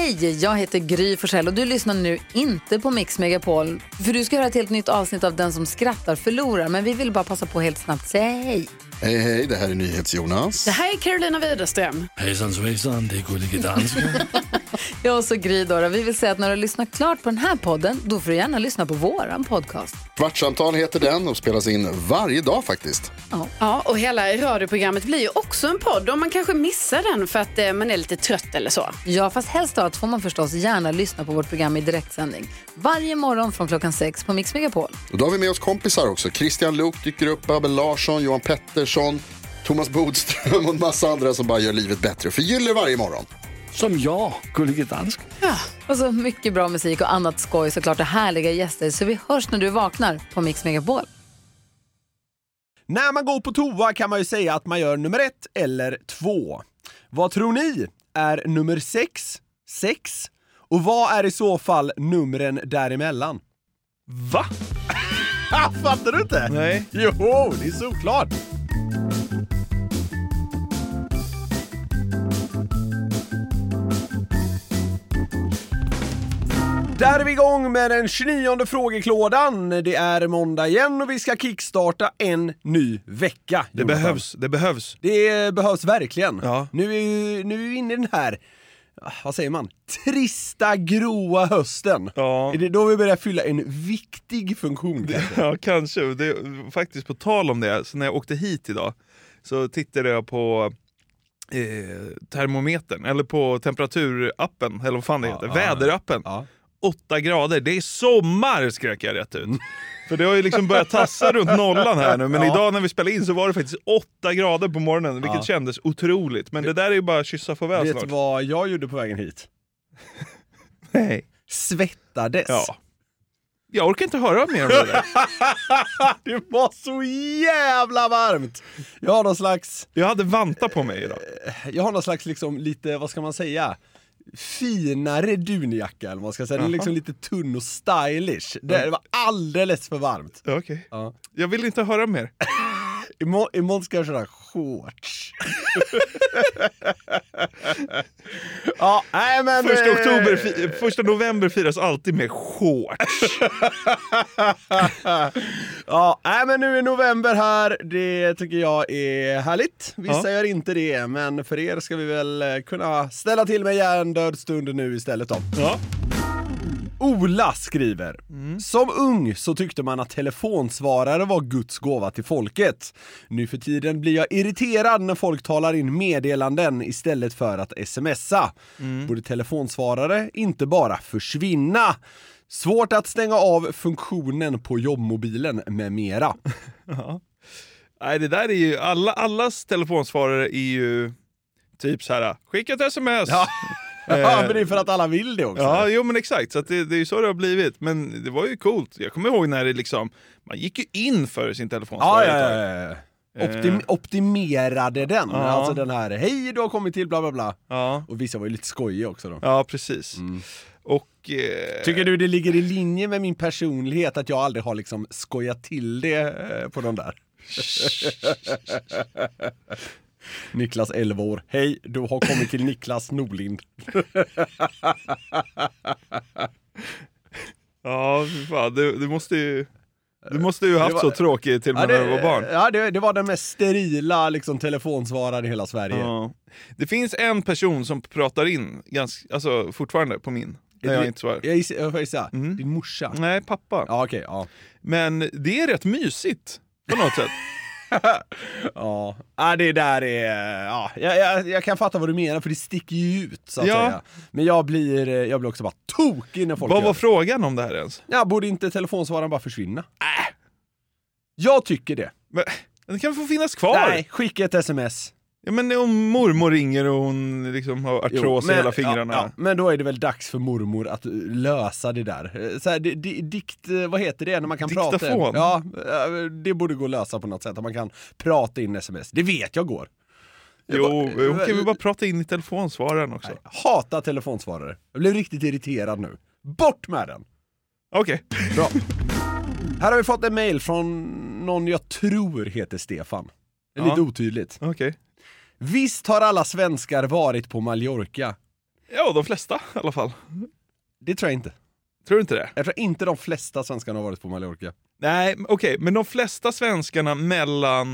Hej, jag heter Gry Forssell och du lyssnar nu inte på Mix Megapol. För du ska höra ett helt nytt avsnitt av Den som skrattar förlorar. Men vi vill bara passa på helt snabbt säga hej. Hej, hej, det här är NyhetsJonas. Det här är Carolina Widerström. Hejsan svejsan, det är Gullige Dansken. Jag och så Gry då. Vi vill säga att när du har lyssnat klart på den här podden, då får du gärna lyssna på våran podcast. Kvartsamtal heter den och spelas in varje dag faktiskt. Ja, och hela radioprogrammet blir ju också en podd om man kanske missar den för att man är lite trött eller så. Ja, fast helst då att får man förstås gärna lyssna på vårt program i direktsändning. Varje morgon från 6:00 på Mix Megapol. Och då har vi med oss kompisar också. Christian Luuk dyker upp, Abel Larsson, Johan Pettersson, Thomas Bodström och en massa andra som bara gör livet bättre och förgyller varje morgon. Som jag, Gullige Dansken. Ja, och så mycket bra musik och annat skoj, såklart, och härliga gäster. Så vi hörs när du vaknar på Mix Megapol. När man går på toa kan man ju säga att man gör nummer 1 eller 2. Vad tror ni? Är nummer 6 6? Och vad är i så fall numren däremellan? Va? Fattar du inte? Nej. Jo, det är såklart. Där är vi igång med den 29:e frågeklådan. Det är måndag igen och vi ska kickstarta en ny vecka. Det behövs. Det behövs verkligen. Ja. Nu är vi inne i den här, vad säger man, trista, gråa hösten. Ja. Är det då vi börjar fylla en viktig funktion? Kanske? Ja, kanske. Det, faktiskt på tal om det, så när jag åkte hit idag så tittade jag på termometern, eller på temperaturappen, eller vad fan det heter, väderappen. Ja. 8 grader, det är sommar, skrek jag rätt ut. För det har ju liksom börjat tassa runt nollan här nu. Men idag när vi spelade in så var det faktiskt 8 grader på morgonen, vilket kändes otroligt. Men det där är ju bara att kyssa farväl snart. Vet du vad jag gjorde på vägen hit? Nej. Svettades. Ja. Jag orkar inte höra mer om det där. Det var så jävla varmt. Jag hade vantar på mig idag. Jag har någon slags liksom lite, vad ska man säga, finare dunjacka eller vad man ska säga. Den är liksom lite tunn och stylish. Det var alldeles för varmt. Okej. Ja. Jag vill inte höra mer. Imorgon ska jag köra shorts. Ja, nej men... Första november firas alltid med shorts. Ja, nej men nu är november här. Det tycker jag är härligt. Vissa gör inte det, men för er ska vi väl kunna ställa till med hjärndöd stund nu istället då. Ja. Ola skriver: som ung så tyckte man att telefonsvarare var Guds gåva till folket. Nu för tiden blir jag irriterad när folk talar in meddelanden istället för att smsa. Borde telefonsvarare inte bara försvinna? Svårt att stänga av funktionen på jobbmobilen med mera. Ja. Nej, det där är ju allas telefonsvarare är ju typ så här: skicka ett sms. Ja. Ja, men det är för att alla vill det också. Ja, jo men exakt, så att det är ju så det har blivit. Men det var ju coolt. Jag kommer ihåg när det liksom, man gick ju in för sin telefonsvarare. Ja. Optimerade den. Alltså den här, hej du har kommit till bla bla bla. Ja. Och vissa var ju lite skojiga också då. Ja, precis. Och tycker du det ligger i linje med min personlighet att jag aldrig har liksom skojat till det på de där? Niklas 11 år. Hej, du har kommit till Niklas Norlind. Ja, fan, du måste ju haft så tråkigt till när du var barn. Ja, det var den mest sterila liksom, telefonsvararen i hela Sverige. Ja. Det finns en person som pratar in alltså fortfarande på min. När jag inte svarar. Jag får gissa. Din morsa. Nej, pappa. Ja, okej, ja. Men det är rätt mysigt på något sätt. Ja, det där är... Ja, jag kan fatta vad du menar, för det sticker ju ut, så att säga. Men jag blir också bara tokig när folk Vad var frågan om det här ens? Ja, borde inte telefonsvararen bara försvinna? Jag tycker det. Men den kan få finnas kvar. Nej, skicka ett sms. Ja, men om mormor ringer och hon liksom har artros i hela fingrarna. Ja, men då är det väl dags för mormor att lösa det där. Så här, vad heter det när man kan diktafon. Prata? Ja, det borde gå att lösa på något sätt. Att man kan prata in sms. Det vet jag går. Jo, kan vi bara prata in i telefonsvararen också? Nej, hata telefonsvarare. Jag blev riktigt irriterad nu. Bort med den! Okej. Bra. Här har vi fått en mail från någon jag tror heter Stefan. Det är lite otydligt. Okej. Visst har alla svenskar varit på Mallorca. Ja, de flesta i alla fall. Det tror jag inte. Tror du inte det? Jag tror inte de flesta svenskarna har varit på Mallorca. Nej, okej. Men de flesta svenskarna mellan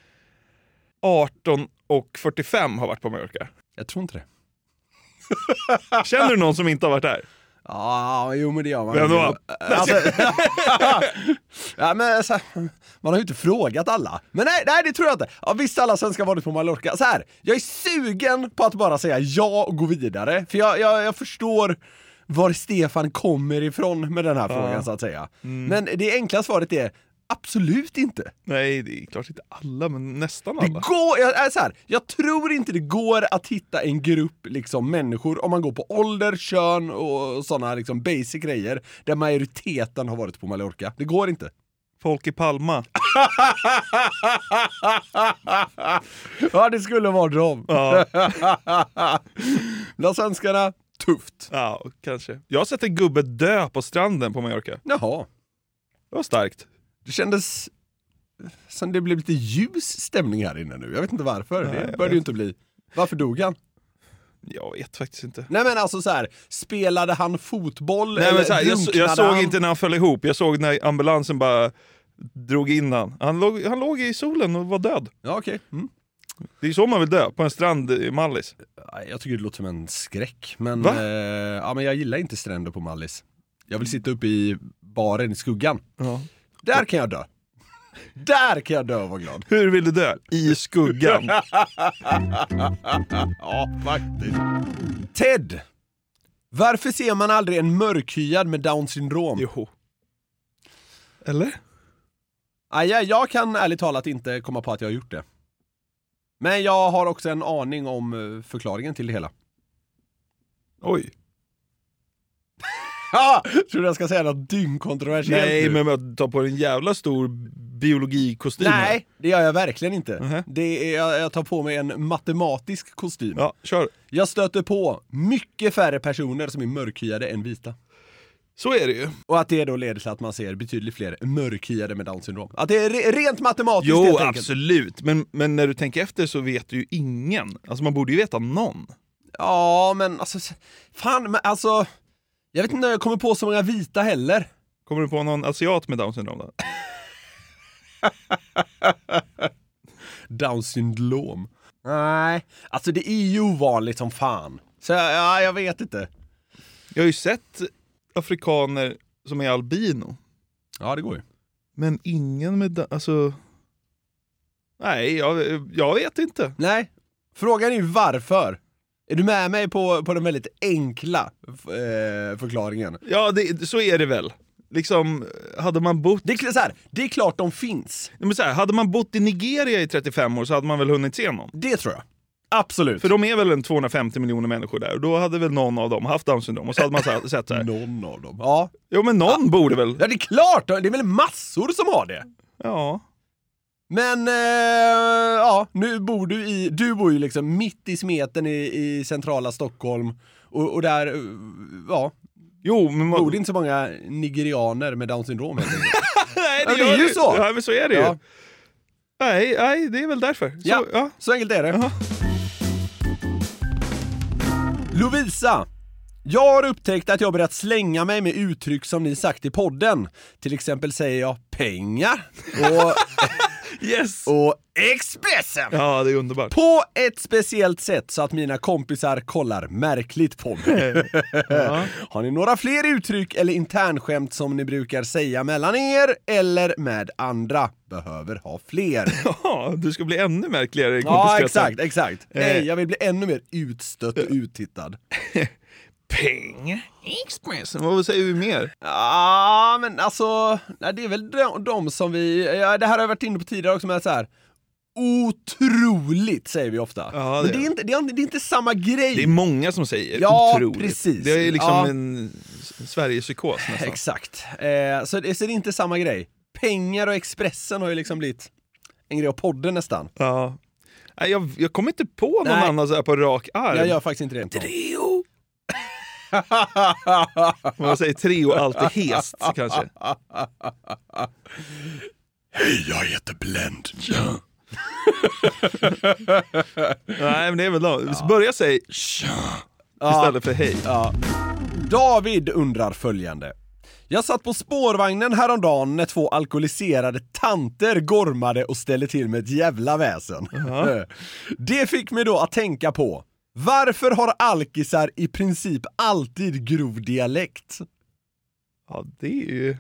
18 och 45 har varit på Mallorca. Jag tror inte det. Känner du någon som inte har varit där? Ja, jo men det gör man. Vem då? Alltså, ja, men, så här, man har ju inte frågat alla. Men nej, det tror jag inte. Ja, visst alla svenskar har varit på Mallorca. Så här, jag är sugen på att bara säga ja och gå vidare. För jag förstår var Stefan kommer ifrån med den här frågan så att säga. Men det enkla svaret är absolut inte. Nej, det är klart inte alla, men nästan alla. Det går, så här, jag tror inte det går att hitta en grupp liksom, människor om man går på ålder, kön och sådana liksom, basic grejer där majoriteten har varit på Mallorca. Det går inte. Folk i Palma. Ja, det skulle vara dem. Ja. Bland svenskarna, tufft. Ja, kanske. Jag har sett en gubbe dö på stranden på Mallorca. Jaha. Det var starkt. Det kändes som det blev lite ljus stämning här inne nu. Jag vet inte varför. Nej, Det började ju inte bli. Varför dog han? Jag vet faktiskt inte. Nej men alltså så här, spelade han fotboll? Nej, eller men så här, jag såg han? inte när han föll ihop. Jag såg när ambulansen bara drog in han låg i solen och var död. Ja, okej. Mm. Det är så man vill dö, på en strand i Mallis. Jag tycker det låter som en skräck. Men, Va? ja, men jag gillar inte stränder på Mallis. Jag vill sitta uppe i baren i skuggan. Ja. Där kan jag dö. Där kan jag dö och vara glad. Hur vill du dö? I skuggan. Ja, faktiskt. Ted! Varför ser man aldrig en mörkhyad med Down syndrom? Jo. Eller? Jag kan ärligt talat inte komma på att jag har gjort det. Men jag har också en aning om förklaringen till det hela. Oj. Tror du jag ska säga något dyngkontroversiellt? Nej, nu? men att ta på en jävla stor biologikostym. Nej, det gör jag verkligen inte. Mhm. Det är, jag tar på mig en matematisk kostym. Ja, kör. Jag stöter på mycket färre personer som är mörkhyade än vita. Så är det ju. Och att det då leder till att man ser betydligt fler mörkhyade med Down syndrom. Att det är rent matematiskt Jo, helt enkelt. absolut. Men när du tänker efter så vet du ju ingen. Alltså man borde ju veta någon. Ja, men alltså... Fan, men alltså... Jag vet inte när jag kommer på så många vita heller. Kommer du på någon asiat med Down syndrom då? Down syndrom. Nej, alltså det är ju ovanligt som fan. Så ja, jag vet inte. Jag har ju sett afrikaner som är albino. Ja, det går ju. Men ingen med... Alltså... Nej, jag vet inte. Nej, frågan är ju varför. Är du med mig på den väldigt enkla förklaringen? Ja, så är det väl. Liksom, hade man bott... Det är, så här, det är klart de finns. Men så här, hade man bott i Nigeria i 35 år så hade man väl hunnit se någon. Det tror jag. Absolut. För de är väl en 250 miljoner människor där. Och då hade väl någon av dem haft Down syndrom. Och så hade man sett så här. Någon av dem. Ja. Jo, men någon borde väl... Ja, det är klart. Det är väl massor som har det. Ja. Men ja, nu bor du bor ju liksom mitt i smeten i centrala Stockholm och där ja. Jo, men Bor det inte så många nigerianer med Down syndrom helt enkelt? Nej, det är ju så. Ja, men så är det Ja. ju. Nej, det är väl därför. Så, Ja, så enkelt är det. Jaha. Lovisa, jag har upptäckt att jag börjat slänga mig med uttryck som ni sagt i podden. Till exempel säger jag pengar och Yes! och Expressen. Ja, det är underbart. På ett speciellt sätt så att mina kompisar kollar märkligt på mig. Ja. Har ni några fler uttryck eller internskämt som ni brukar säga mellan er eller med andra? Behöver ha fler. Ja, du ska bli ännu märkligare i Ja, kompiskretsen. exakt. Nej, jag vill bli ännu mer utstött och uttittad. Peng. Express. Vad säger vi mer? Ja, men alltså, nej, det är väl de som vi... Ja, det här har jag varit inne på tidigare också, med så här... Otroligt säger vi ofta. Ja, men det är inte samma grej. Det är många som säger Ja, otroligt. precis. Det är liksom Ja. en Sverigepsykos nästan. Exakt. Så det är inte samma grej. Pengar och Expressen har ju liksom blivit en grej av podden nästan. Ja. Nej, jag kommer inte på någon Nej. annan så här på rak arm. Jag gör faktiskt inte det. Trio. Man säger trio alltid hest kanske. Hej, jag heter Blend. Ja. Nej, men det är väl då. Börja säga Tja. istället för hej. Ja. David undrar följande. Jag satt på spårvagnen häromdagen när 2 alkoholiserade tanter gormade och ställde till med ett jävla väsen. Det fick mig då att tänka på, varför har alkisar i princip alltid grov dialekt? Ja, det är ju...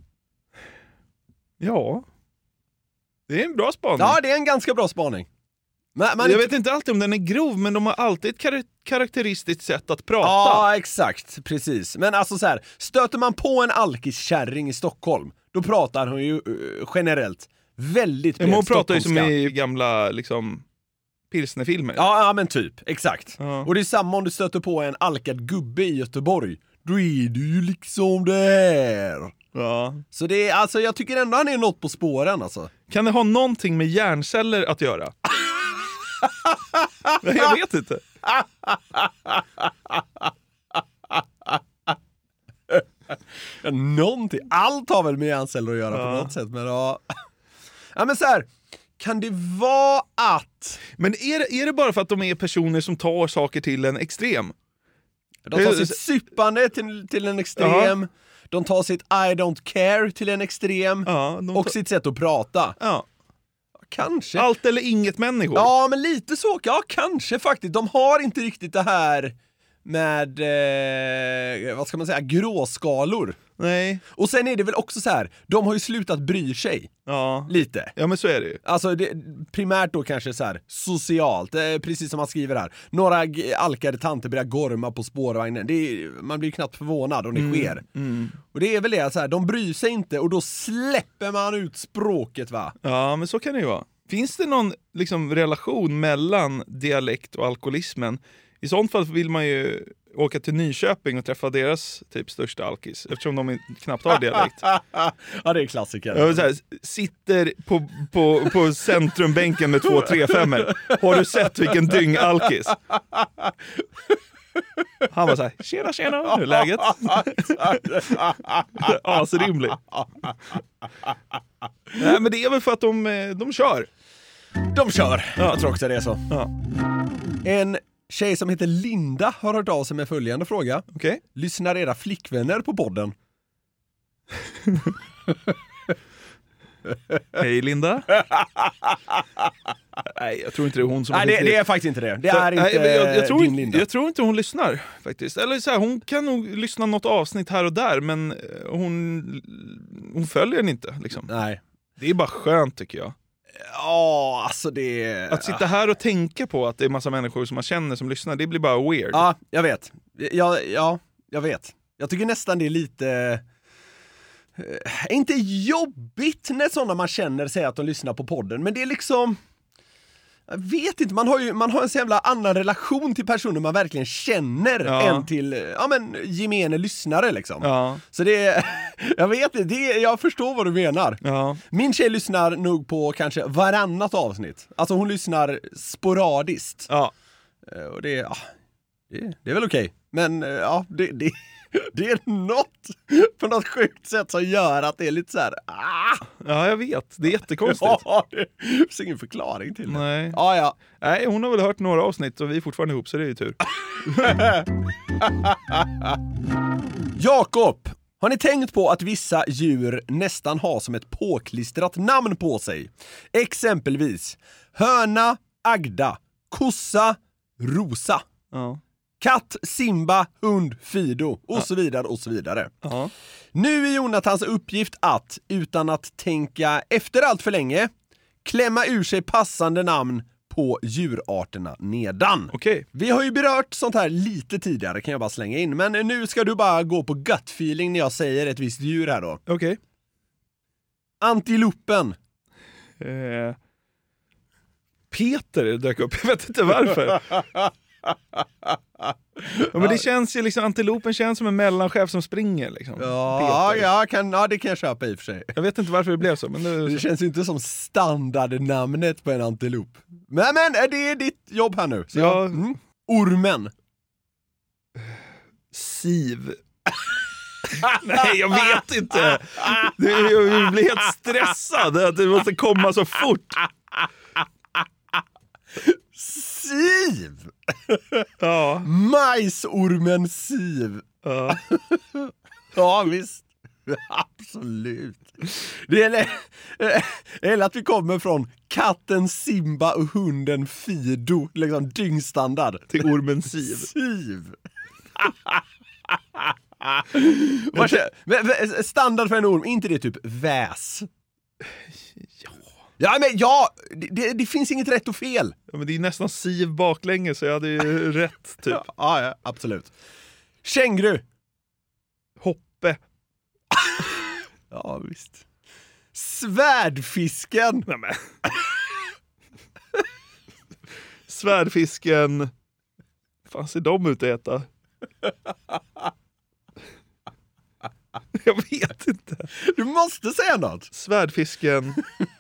Ja. Det är en bra spaning. Ja, det är en ganska bra spaning. Men jag vet inte alltid om den är grov, men de har alltid ett karaktäristiskt sätt att prata. Ja, exakt. Precis. Men alltså så här, stöter man på en alkiskärring i Stockholm, då pratar hon ju generellt väldigt bred hon pratar ju som stockholmska. i gamla liksom pilsnerfilmer. Ja, men typ. Exakt. Ja. Och det är samma om du stöter på en alkad gubbe i Göteborg. Då är du ju liksom det här. Ja. Så det är, alltså jag tycker ändå han är något på spåren alltså. Kan det ha någonting med hjärnceller att göra? Jag vet inte. Någonting. Allt har väl med hjärnceller att göra på något sätt. Men ja, men så här. Kan det vara att... Men är det bara för att de är personer som tar saker till en extrem? De tar sitt syppande till en extrem. Ja. De tar sitt I don't care till en extrem. Ja, och sitt sätt att prata. Ja. Kanske. Allt eller inget människor. Ja, men lite så. Ja, kanske faktiskt. De har inte riktigt det här med, vad ska man säga, gråskalor. Nej. Och sen är det väl också så här, de har ju slutat bry sig. Ja. Lite. Ja, men så är det ju. Alltså primärt då kanske så här socialt, precis som man skriver här. Några alkade tanter börjar gorma på spårvagnen. Man blir knappt förvånad om det sker. Och det är väl det, så här, de bryr sig inte och då släpper man ut språket, va? Ja, men så kan det ju vara. Finns det någon liksom relation mellan dialekt och alkoholismen? I sånt fall vill man ju åka till Nyköping och träffa deras typ största alkis, eftersom de knappt har dialekt. Ja, det är klassiker. Jag vill säga, sitter på centrumbänken med 2 3-5. Har du sett vilken dyngalkis? Han var så här, tjena, hur är läget? Asrimligt. Nej, men det är väl för att de kör. De kör. Ja. Jag tror också det är så. Ja. En tjej som heter Linda har hört av sig med följande fråga. Okej. Lyssnar era flickvänner på podden? Hej Linda. Nej, jag tror inte det är hon som... Nej, det är faktiskt inte det. Det är inte jag tror din Linda. Jag tror inte hon lyssnar faktiskt. Eller så här, hon kan nog lyssna något avsnitt här och där, men hon följer den inte liksom. Nej. Det är bara skönt tycker jag. Ja, alltså det... Att sitta här och tänka på att det är massa människor som man känner som lyssnar, det blir bara weird. Ja, jag vet. Jag vet. Jag tycker nästan det är lite... inte jobbigt när sådana man känner säger att de lyssnar på podden, men det är liksom... Jag vet inte, man har en så jävla annan relation till personer man verkligen känner än till gemene lyssnare liksom. Ja. Så det är, jag vet inte, jag förstår vad du menar. Ja. Min tjej lyssnar nog på kanske varannat avsnitt. Alltså hon lyssnar sporadiskt. Ja. Och det är väl okej. Men ja, det är något på något sjukt sätt som gör att det är lite så här. Ja, jag vet. Det är jättekonstigt. Ja, det finns ingen förklaring till det. Nej. Ja. Nej, hon har väl hört några avsnitt och vi är fortfarande ihop, så det är ju tur. Jakob, har ni tänkt på att vissa djur nästan har som ett påklistrat namn på sig? Exempelvis höna, Agda, kossa, Rosa. Ja. Katt, Simba, hund, Fido och så vidare och så vidare. Ja. Nu är Jonathans uppgift att, utan att tänka efter allt för länge, klämma ur sig passande namn på djurarterna nedan. Okej. Vi har ju berört sånt här lite tidigare, kan jag bara slänga in. Men nu ska du bara gå på gut feeling när jag säger ett visst djur här då. Okej. Antilopen. Peter dök upp, jag vet inte varför. Ja, men det känns ju liksom, antilopen känns som en mellanchef som springer liksom. Ja, det kan jag köpa i och för sig. Jag vet inte varför det blev så, men Det känns ju inte som standardnamnet på en antilop. Men det är ditt jobb här nu. Så Ja. Ormen. Siv. Nej, jag vet inte. Jag blir helt stressad att det måste komma så fort. Siv! Ja. Majsormen Siv. Ja. Ja, visst. Absolut. Eller att vi kommer från katten Simba och hunden Fido, liksom dyngstandard. Till ormen Siv. Standard för en orm, inte det typ väs? Ja, men det finns inget rätt och fel. Ja, men det är nästan Siv baklänges, så jag hade ju rätt typ. Ja, absolut. Känguru. Hoppe. Ja, visst. Svärdfisken. Nej, men. Svärdfisken. Fan ser de ut att äta? Jag vet inte. Du måste säga något. Svärdfisken.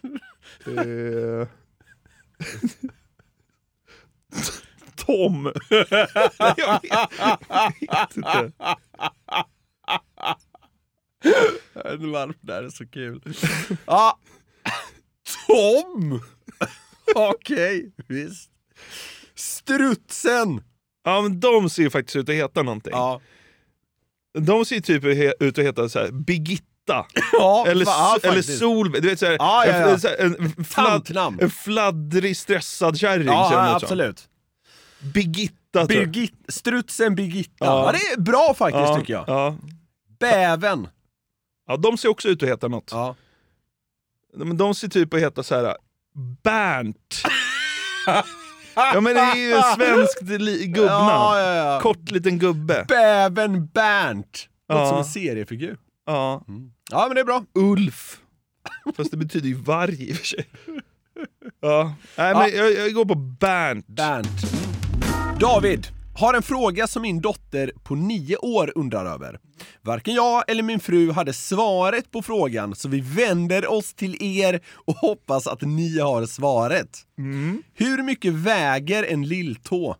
Tom. Jag vet inte. Det här är så kul. Ja. Tom. Okej, visst. Strutsen. Ja, men de ser ju faktiskt ut att heta någonting. Ja. De ser typ ut att heta så här Birgitta. Ja, eller Solveig, du vet så här, ja. en fladdrig stressad kärring. Ja, absolut. Birgitta. Strutsen Birgitta. Ja, det är bra faktiskt tycker jag. Ja. Bäven. Ja, de ser också ut att heta något. Ja. Men de ser typ att heta så här Bernt. Ja, men det är ju en svensk gubbnamn. Ja. Kort liten gubbe. Bäven Bernt. Något som en seriefigur. Ja. Ja, men det är bra. Ulf. Fast det betyder ju varg i och för sig. Ja. Nej, men jag går på Bernt. David har en fråga som min dotter på 9 år undrar över. Varken jag eller min fru hade svaret på frågan, så vi vänder oss till er och hoppas att ni har svaret. Hur mycket väger en lilltå?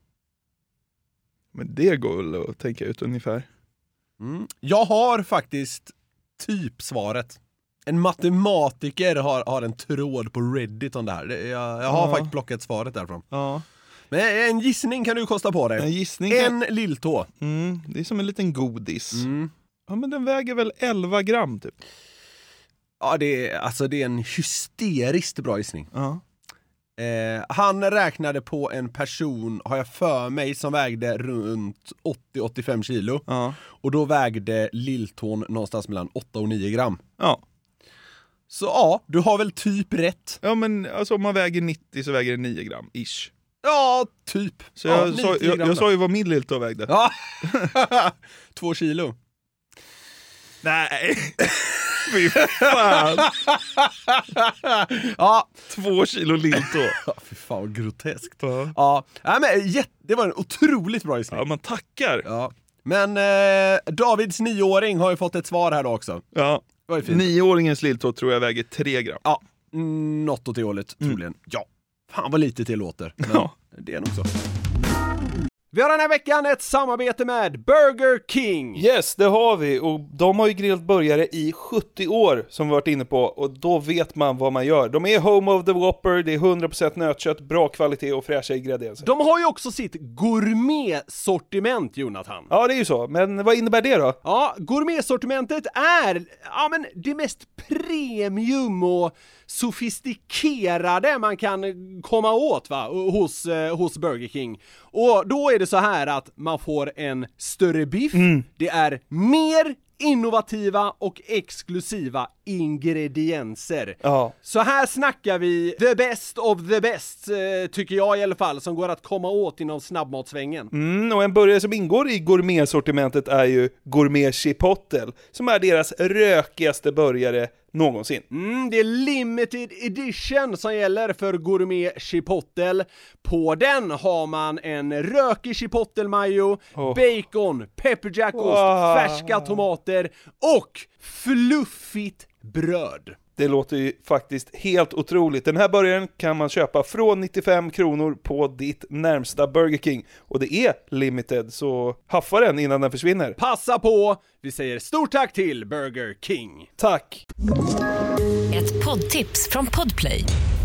Men det går väl att tänka ut ungefär. Jag har faktiskt typ svaret. En matematiker har en tråd på Reddit om det här. Jag har faktiskt plockat svaret därifrån. Ja. Men en gissning kan du kosta på dig. En gissning En lilltå. Det är som en liten godis. Ja, men den väger väl 11 gram typ. Ja, det är en hysteriskt bra gissning. Ja. Han räknade på en person, har jag för mig, som vägde runt 80-85 kilo. Ja. Och då vägde lilltån någonstans mellan 8 och 9 gram. Ja. Så ja, du har väl typ rätt. Ja, men alltså om man väger 90 så väger det 9 gram, ish. Ja, typ. Så ja, jag sa ju vad min lilltå vägde. Ja. 2 kilo. Nej. Fy fan. Ja. 2 kilo lilltå. Ja, fy fan vad groteskt. Ja. Ja, men det var en otroligt bra gissning. Ja, man tackar. Ja. Men Davids 9-åring har ju fått ett svar här då också. Ja. 9-åringens lilltå tror jag väger 3 gram. Ja, något åt det hållet, troligen. Ja, fan vad lite det låter. Men det är nog så. Vi har den här veckan ett samarbete med Burger King. Yes, det har vi. Och de har ju grillat burgare i 70 år som vi varit inne på. Och då vet man vad man gör. De är home of the Whopper, det är 100% nötkött, bra kvalitet och fräscha ingredienser. De har ju också sitt gourmetsortiment, Jonathan. Ja, det är ju så. Men vad innebär det då? Ja, gourmetsortimentet är det mest premium och sofistikerade man kan komma åt hos Burger King. Och då är det så här att man får en större biff, det är mer innovativa och exklusiva ingredienser. Ja. Så här snackar vi the best of the best, tycker jag i alla fall, som går att komma åt inom snabbmatsvängen. Och en burgare som ingår i gourmetsortimentet är ju Gourmet Chipotle, som är deras rökigaste burgare någonsin. Det är limited edition som gäller för Gourmet Chipotle. På den har man en rökig chipotle mayo, bacon, pepperjackost, färska tomater och fluffigt bröd. Det låter ju faktiskt helt otroligt. Den här burgaren kan man köpa från 95 kronor på ditt närmsta Burger King. Och det är limited, så haffa den innan den försvinner. Passa på! Vi säger stort tack till Burger King. Tack! Ett poddtips från Podplay.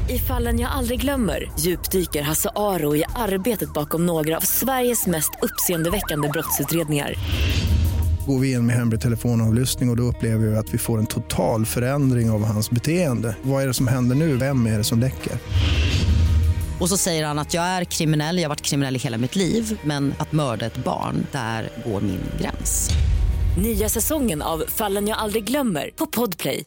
I Fallen jag aldrig glömmer djupdyker Hasse Aro i arbetet bakom några av Sveriges mest uppseendeväckande brottsutredningar. Går vi in med hemlig telefonavlyssning och då upplever vi att vi får en total förändring av hans beteende. Vad är det som händer nu? Vem är det som läcker? Och så säger han att jag är kriminell, jag har varit kriminell i hela mitt liv. Men att mörda ett barn, där går min gräns. Nya säsongen av Fallen jag aldrig glömmer på Podplay.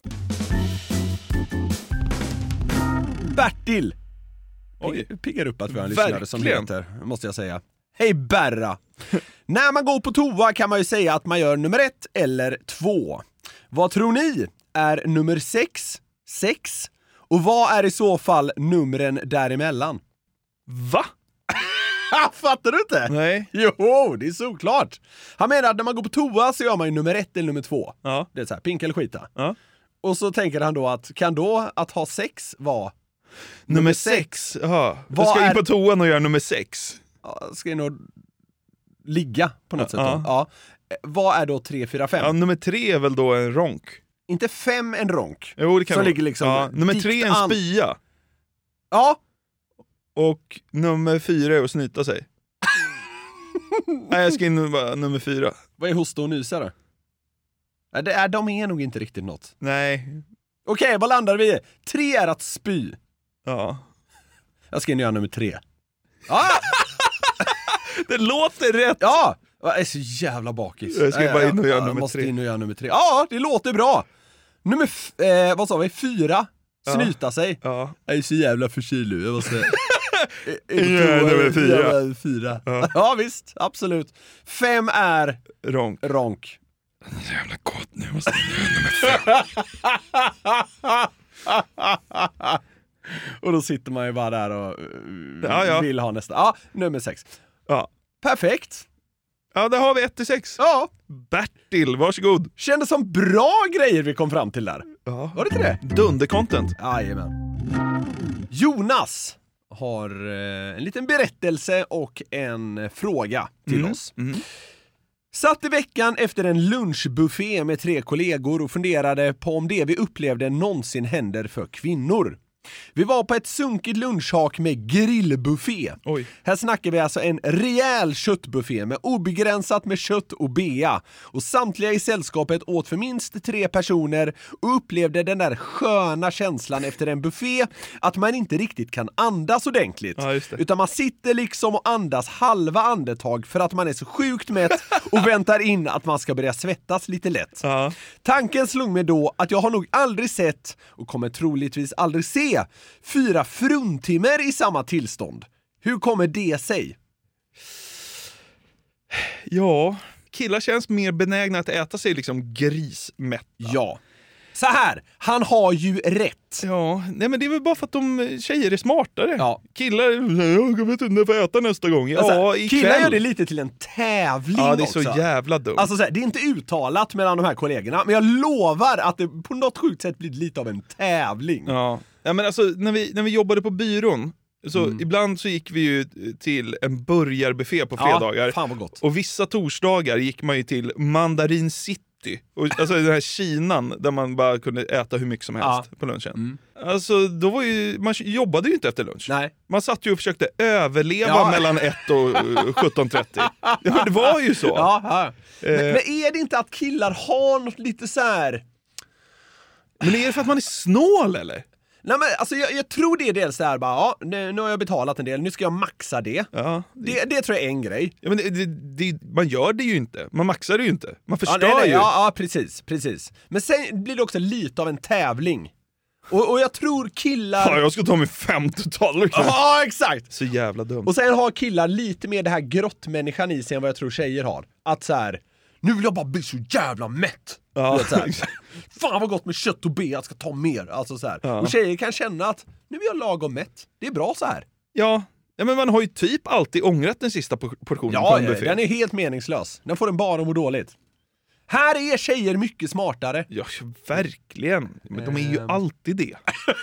Bertil! Oj. Piggar upp att vi har en lyssnare som Verkligen. heter, måste jag säga. Hej Berra! När man går på toa kan man ju säga att man gör nummer 1 eller 2. Vad tror ni? Är nummer 6? Och vad är i så fall numren däremellan? Va? Fattar du inte? Nej. Jo, det är såklart. Han menar att när man går på toa så gör man ju nummer 1 eller nummer 2. Ja. Det är så här, pinka eller skita. Ja. Och så tänker han då att, kan då att ha sex vara Nummer 6. Jaha. Jag Vad ska är- in på toan och göra nummer 6. ska nog ligga på något sätt då. Ja. Ja. Vad är då 3, 4, 5? Ja, nummer 3 är väl då en ronk. Inte 5 en ronk. Jo, det kan Som vara. ligger liksom Ja, nummer dikt 3 är en an- spya. Ja, Och nummer 4 är att snyta sig. Nej, jag ska in bara nummer 4. vad är hosta och nysa då? Ja, de är nog inte riktigt något. Nej. Okej, vad landar vi i? 3 är att spy. Ja. Jag ska in och göra nummer 3. Ja! Det låter rätt. Ja! Jag är så jävla bakis. Jag ska bara in och göra Jag nummer måste 3. in och göra nummer 3. Ja, det låter bra! Nummer, vad sa vi? 4. Snyta sig. Ja. Jag är så jävla förkyld nu, jag måste... Ja, nummer 4. 4. Ja. Ja visst, absolut. 5 är Ronk. ronk. Jävla gott nu. Måste jag göra nummer 5. Och då sitter man ju bara där och Ja. vill ha nästa. Ja, nummer 6. Ja. Perfekt. Ja, där har vi 1-6. Ja, Bertil, varsågod. kändes som bra grejer vi kom fram till där. Ja. Var det inte det? Dunder-content. Jajamän. Jonas har en liten berättelse och en fråga till oss. Satt i veckan efter en lunchbuffé med 3 kollegor och funderade på om det vi upplevde någonsin händer för kvinnor. Vi var på ett sunkigt lunchhak med grillbuffé. Oj. Här snackar vi alltså en rejäl köttbuffé med obegränsat med kött och bea. Och samtliga i sällskapet åt för minst 3 personer och upplevde den där sköna känslan efter en buffé att man inte riktigt kan andas ordentligt. Ja, just det. Utan man sitter liksom och andas halva andetag för att man är så sjukt mätt och väntar in att man ska börja svettas lite lätt. Ja. Tanken slog mig då att jag har nog aldrig sett och kommer troligtvis aldrig se 4 fruntimmer i samma tillstånd. Hur kommer det sig? Ja, killar känns mer benägna att äta sig liksom grismätta. Ja. Så här, han har ju rätt. Ja, nej men det är väl bara för att de tjejer är smartare. Ja. Killar, jag vet inte när jag får äta nästa gång. Ja, Alltså, ikväll. killar gör det lite till en tävling Ja, det är också. så jävla dumt. Alltså så här, det är inte uttalat mellan de här kollegorna, men jag lovar att det på något sjukt sätt blir lite av en tävling. Ja. Ja, men alltså när vi jobbade på byrån, så ibland så gick vi ju till en burgarbuffé på fredagar. Ja, fan vad gott. Och vissa torsdagar gick man ju till Mandarin City. Och, alltså den här Kinan där man bara kunde äta hur mycket som helst på lunchen. Alltså då var ju, man jobbade ju inte efter lunch. Nej. Man satt ju och försökte överleva mellan 1 och 17:30. Ja, men det var ju så. Ja. Men är det inte att killar har något lite så här... Men är det för att man är snål eller? Nej men alltså jag tror det är dels där bara, ja, nu har jag betalat en del, nu ska jag maxa det. Ja. Det tror jag är en grej. Ja, men man gör det ju inte. Man maxar det ju inte. Man förstör nej, ju. Ja, precis. Men sen blir det också lite av en tävling. Och jag tror killar... Ja, jag ska ta mig 50-tal liksom. Ja, exakt! Så jävla dumt. Och sen har killar lite mer det här grottmänniskan i sig än vad jag tror tjejer har. Att så här, nu vill jag bara bli så jävla mätt. Ja. Du vet, så här, fan vad gott med kött och bea, jag ska ta mer. Alltså så här. Ja. Och tjejer kan känna att nu är jag lagom mätt. Det är bra så här. Ja, men man har ju typ alltid ångrat den sista portionen på Ja, en buffé. den är helt meningslös. Den får en bara må dåligt. Här är tjejer mycket smartare. Ja, verkligen. Men de är ju alltid det.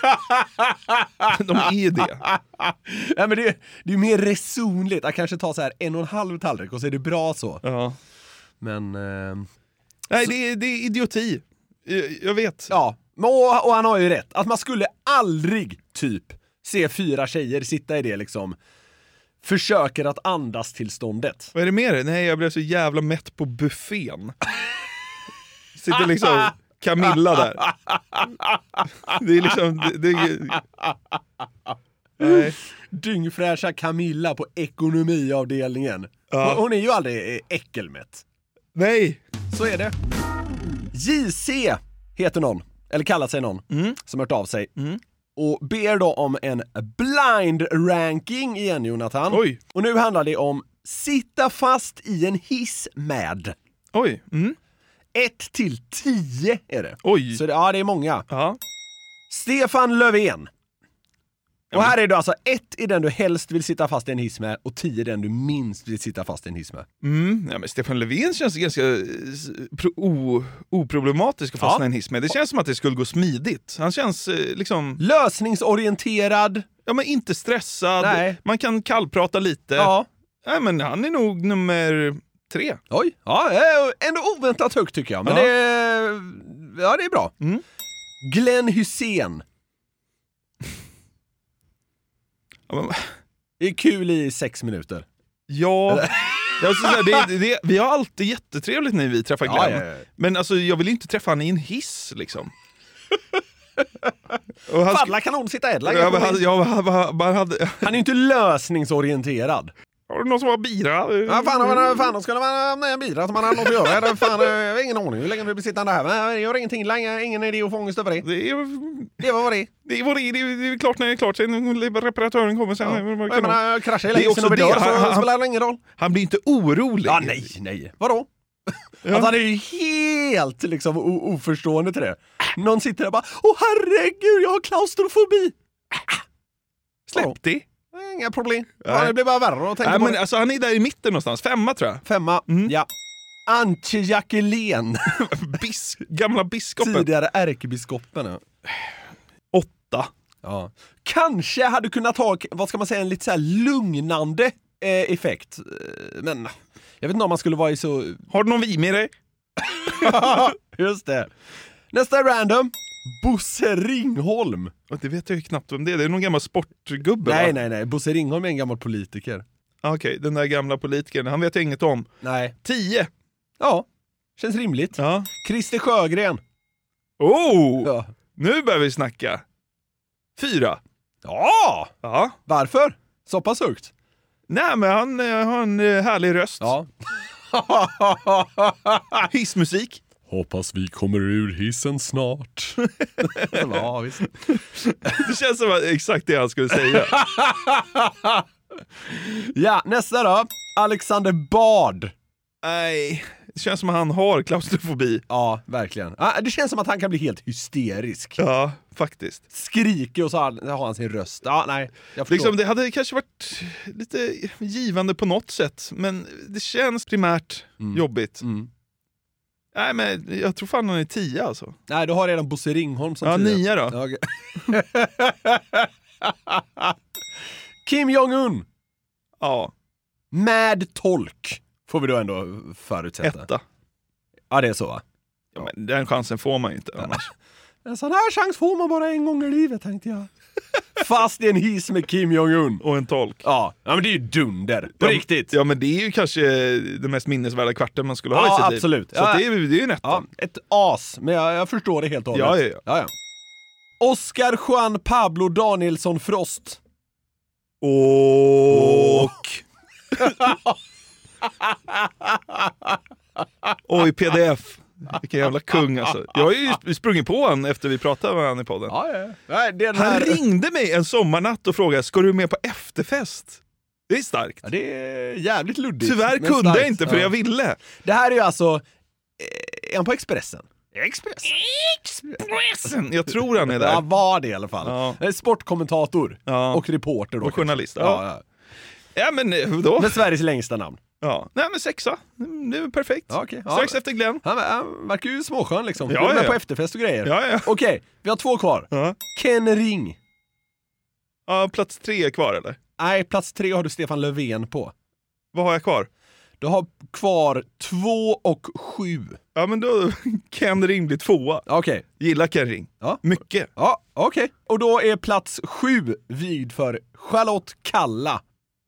De är ju det. Ja, men det är mer resonligt att kanske ta så här 1,5 tallrik och så är det bra så. Ja. Men... Nej, det är idioti. Jag vet. Ja, och han har ju rätt. Att man skulle aldrig typ se 4 tjejer sitta i det liksom. Försöker att andas tillståndet. Vad är det med det? Nej, jag blev så jävla mätt på buffén. Sitter liksom Camilla där. Det är liksom... Nej. Dyngfräscha Camilla på ekonomiavdelningen. Ja. Hon är ju aldrig äckelmätt. Nej. Så är det. JC heter någon, eller kallar sig någon, som hört av sig. Och ber då om en blind ranking igen, Jonathan. Oj. Och nu handlar det om sitta fast i en hiss med. Oj. 1 till 10 är det. Oj. Så det är många. Ja. Stefan Löfven. Och här är det alltså 1 är den du helst vill sitta fast i en hiss med och 10 är den du minst vill sitta fast i en hiss med. Ja, men Stefan Löfven känns ganska oproblematisk att fastna i en hiss med. Det känns som att det skulle gå smidigt. Han känns liksom... lösningsorienterad. Ja, men inte stressad. Nej. Man kan kallprata lite. Ja. Nej, men han är nog nummer 3. Oj, ja, ändå oväntat högt tycker jag. Men Ja. det är bra. Glenn Hussein. Ja, men... Det är kul i 6 minuter. Ja, vi har alltid jättetrevligt när vi träffar Glenn. Ja. Men alltså, jag vill inte träffa han i en hiss liksom. Falla kanon sitta ädla. Han är ju inte lösningsorienterad. Har du någon som har bira? Ja, fan, då skulle man ha en bira som man har något att göra. Fan, jag har ingen aning hur länge vi blir sittande här. Men jag gör ingenting länge, ingen idé att få ångest över det. Det var det. Det är klart när det är klart. Sen reparatören kommer sen. Ja. Jag menar, kraschar jag längre över dörr så spelar det ingen roll. Han blir inte orolig. Ja, nej. Vadå? Ja. Att han är ju helt liksom oförstående till det. Någon sitter där och bara, herregud, jag har klaustrofobi. Släpp det. Inga problem. Ja, det blir bara värre att tänka på men det. alltså, han är där i mitten någonstans. 5 tror jag. 5, ja. Antje Jackelén. Gamla biskopen. Tidigare ärkebiskopen. 8. Ja. Kanske hade kunnat ha, vad ska man säga, en lite så här lugnande effekt. Men jag vet inte om man skulle vara i så... Har du någon vin med dig? Just det. Nästa är random. Bosse Ringholm. Det vet jag ju knappt om det är. Det är någon gammal sportgubbe. Nej. Bosse Ringholm är en gammal politiker. Okej, den där gamla politikern. Han vet jag inget om. Nej. 10. Ja, känns rimligt. Ja. Christer Sjögren. Ja. Nu börjar vi snacka. 4. Ja. Varför? Så pass högt. Nej, men han har en härlig röst. Ja. Hissmusik. Hoppas vi kommer ur hissen snart. Ja, visst. Det känns som exakt det han skulle säga. Ja, nästa då. Alexander Bard. Nej, det känns som att han har klaustrofobi. Ja, verkligen. Det känns som att han kan bli helt hysterisk. Ja, faktiskt. Skriker och så har han sin röst. Ja, nej, jag förstår. Liksom, det hade kanske varit lite givande på något sätt, men det känns primärt jobbigt. Nej, men jag tror fan han är 10 alltså. Nej, du har redan Bosse Ringholm som 10. 9 då. Ja, okay. Kim Jong-Un. Ja. Med tolk. Får vi då ändå förutsätta. 1. Ja, det är så va? Ja, men den chansen får man ju inte annars. En sån här chans får man bara en gång i livet, tänkte jag. Fast i en hiss med Kim Jong-Un. Och en tolk. Ja, men det är ju dunder. På riktigt. Ja, men det är ju kanske den mest minnesvärda kvarten man skulle ha i sitt absolut. liv. Så det är ju en 1. Ja, ett as. Men jag förstår det helt och hållet. Ja. Oscar Juan Pablo Danielsson Frost. Och... Oj, PDF. Vilken jävla kung alltså. Jag har ju sprungit på honom efter vi pratade med honom i podden. Ja. Nej, Han ringde mig en sommarnatt och frågade, ska du med på efterfest? Det är starkt. Ja, det är jävligt luddigt. Tyvärr kunde jag inte, för jag ville. Det här är ju alltså... Är han på Expressen? Expressen! Jag tror han är där. Ja, var det i alla fall. Ja. Sportkommentator och reporter. Då, och journalist. Ja, men då... Med Sveriges längsta namn. Ja, nej men 6. Det är perfekt. Ja, okay. Strax efter Glenn. Han verkar ju småskön liksom. Ja. Med på efterfest och grejer. Ja. Okej, vi har 2 kvar. Ja. Ken Ring. Ja, plats 3 är kvar eller? Nej, plats 3 har du Stefan Löfven på. Vad har jag kvar? Du har kvar 2 och 7. Ja, men då Ken Ring blir 2. Okej. Gillar Ken Ring. Ja. Mycket. Ja, okej. Och då är plats 7 vigd för Charlotte Kalla.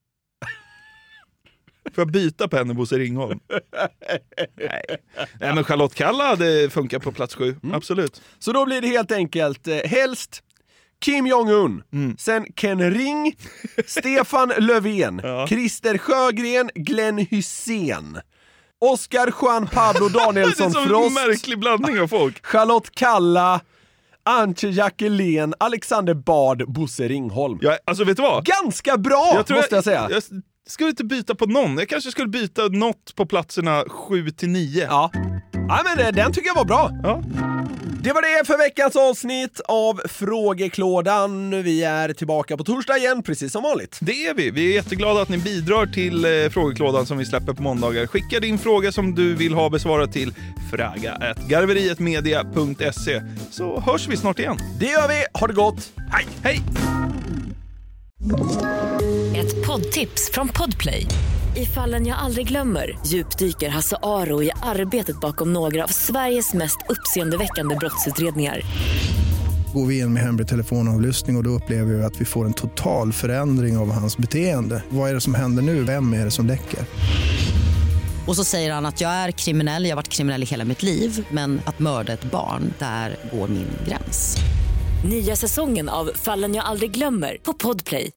Får jag byta på henne, Bosse Ringholm? Nej, men Charlotte Kalla, det funkar på plats 7. Absolut. Så då blir det helt enkelt helst Kim Jong-Un, sen Ken Ring, Stefan Löfven, Christer Sjögren, Glenn Hysén, Oscar Juan Pablo Danielsson Det är så Frost, märklig blandning av folk. Charlotte Kalla, Antje Jackelén, Alexander Bard, Bosse Ringholm. Ja, alltså vet du vad? Ganska bra, måste jag säga. Jag skulle inte byta på någon. Jag kanske skulle byta något på platserna 7-9. Ja, men den tycker jag var bra. Ja. Det var det för veckans avsnitt av Frågeklådan. Vi är tillbaka på torsdag igen, precis som vanligt. Det är vi. Vi är jätteglada att ni bidrar till Frågeklådan som vi släpper på måndagar. Skicka din fråga som du vill ha besvarad till fraga@garverietmedia.se, så hörs vi snart igen. Det gör vi. Ha det gott. Hej! Hej! Ett poddtips från Podplay. I Fallen jag aldrig glömmer djupdyker Hasse Aro i arbetet bakom några av Sveriges mest uppseendeväckande brottsutredningar. Går vi in med hemlig telefonavlyssning och då upplever vi att vi får en total förändring av hans beteende. Vad är det som händer nu? Vem är det som läcker? Och så säger han att jag är kriminell, jag har varit kriminell i hela mitt liv. Men att mörda ett barn, där går min gräns. Nya säsongen av Fallen jag aldrig glömmer på Podplay.